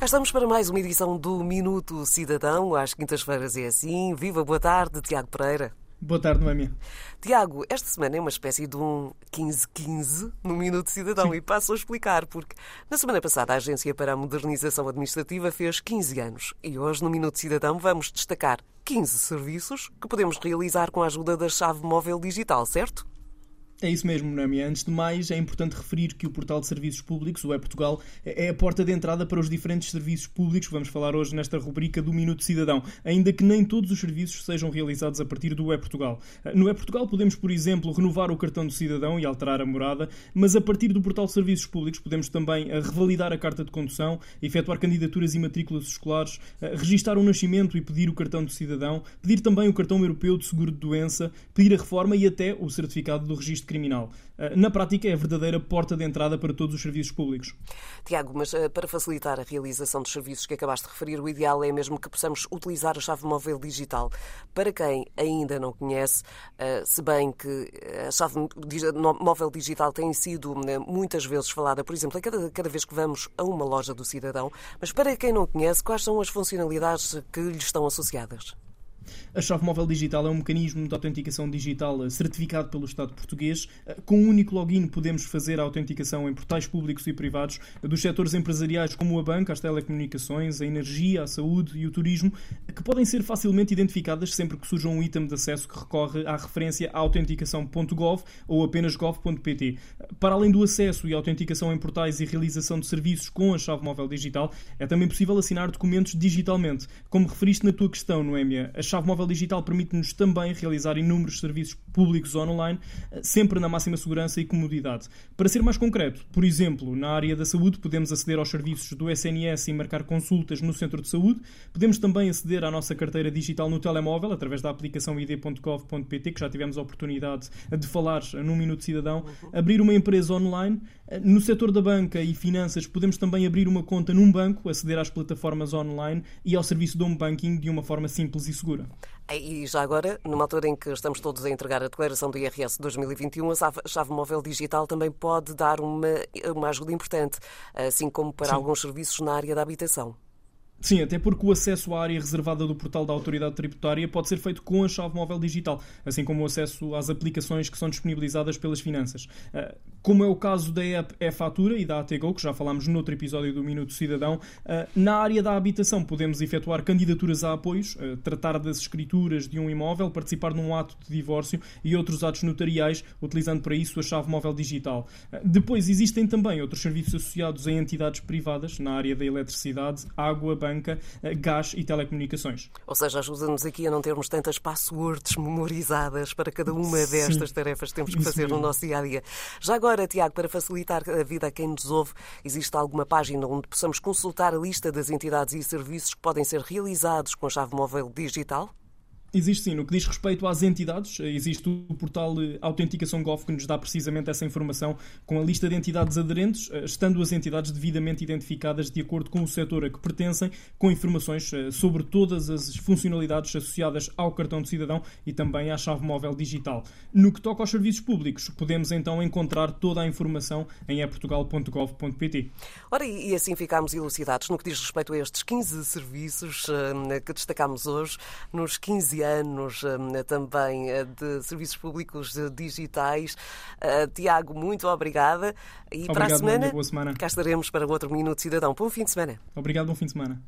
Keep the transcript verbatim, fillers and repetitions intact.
Cá estamos para mais uma edição do Minuto Cidadão. Às quintas-feiras é assim. Viva, boa tarde, Tiago Pereira. Boa tarde, Noémia. Tiago, esta semana é uma espécie de um quinze quinze no Minuto Cidadão. Sim. E passo a explicar, porque na semana passada a Agência para a Modernização Administrativa fez quinze anos e hoje no Minuto Cidadão vamos destacar quinze serviços que podemos realizar com a ajuda da chave móvel digital, certo? É isso mesmo, Noémia. Antes de mais, é importante referir que o Portal de Serviços Públicos, o e-Portugal, é a porta de entrada para os diferentes serviços públicos que vamos falar hoje nesta rubrica do Minuto Cidadão, ainda que nem todos os serviços sejam realizados a partir do e-Portugal. No e-Portugal podemos, por exemplo, renovar o cartão do cidadão e alterar a morada, mas a partir do Portal de Serviços Públicos podemos também revalidar a carta de condução, efetuar candidaturas e matrículas escolares, registar o nascimento e pedir o cartão do cidadão, pedir também o cartão europeu de seguro de doença, pedir a reforma e até o certificado do registro criminal. Na prática, é a verdadeira porta de entrada para todos os serviços públicos. Tiago, mas para facilitar a realização dos serviços que acabaste de referir, o ideal é mesmo que possamos utilizar a chave móvel digital. Para quem ainda não conhece, se bem que a chave móvel digital tem sido muitas vezes falada, por exemplo, cada, cada vez que vamos a uma loja do cidadão, mas para quem não conhece, quais são as funcionalidades que lhe estão associadas? A chave móvel digital é um mecanismo de autenticação digital certificado pelo Estado português. Com um único login podemos fazer a autenticação em portais públicos e privados dos setores empresariais como a banca, as telecomunicações, a energia, a saúde e o turismo, que podem ser facilmente identificadas sempre que surja um item de acesso que recorre à referência autenticação ponto gov ou apenas gov ponto pt. Para além do acesso e autenticação em portais e realização de serviços com a chave móvel digital, é também possível assinar documentos digitalmente. Como referiste na tua questão, Noémia, a chave móvel digital permite-nos também realizar inúmeros serviços públicos online, sempre na máxima segurança e comodidade. Para ser mais concreto, por exemplo, na área da saúde podemos aceder aos serviços do S N S e marcar consultas no centro de saúde. Podemos também aceder à nossa carteira digital no telemóvel, através da aplicação i d ponto gov ponto pt, que já tivemos a oportunidade de falar num Minuto Cidadão. Abrir uma empresa online. No setor da banca e finanças podemos também abrir uma conta num banco, aceder às plataformas online e ao serviço de home banking de uma forma simples e segura. E já agora, numa altura em que estamos todos a entregar a declaração do I R S de dois mil e vinte e um, a chave móvel digital também pode dar uma, uma ajuda importante, assim como para Sim. alguns serviços na área da habitação. Sim, até porque o acesso à área reservada do portal da Autoridade Tributária pode ser feito com a chave móvel digital, assim como o acesso às aplicações que são disponibilizadas pelas finanças. Como é o caso da app e-Fatura e da A T Go, que já falámos noutro episódio do Minuto Cidadão, na área da habitação podemos efetuar candidaturas a apoios, tratar das escrituras de um imóvel, participar num ato de divórcio e outros atos notariais, utilizando para isso a chave móvel digital. Depois existem também outros serviços associados a entidades privadas, na área da eletricidade, água, banca, gás e telecomunicações. Ou seja, ajuda-nos aqui a não termos tantas passwords memorizadas para cada uma destas Sim. tarefas que temos que fazer no nosso dia-a-dia. Já agora, Tiago, para facilitar a vida a quem nos ouve, existe alguma página onde possamos consultar a lista das entidades e serviços que podem ser realizados com a chave móvel digital? Existe sim. No que diz respeito às entidades, existe o portal Autenticação Gov que nos dá precisamente essa informação com a lista de entidades aderentes, estando as entidades devidamente identificadas de acordo com o setor a que pertencem, com informações sobre todas as funcionalidades associadas ao cartão de cidadão e também à chave móvel digital. No que toca aos serviços públicos, podemos então encontrar toda a informação em e portugal ponto gov ponto pt. Ora, e assim ficámos elucidados no que diz respeito a estes quinze serviços que destacámos hoje, nos quinze anos também de serviços públicos digitais. Tiago, muito obrigada. E Obrigado, para a semana, boa semana, cá estaremos para outro Minuto Cidadão. Bom fim de semana. Obrigado, bom fim de semana.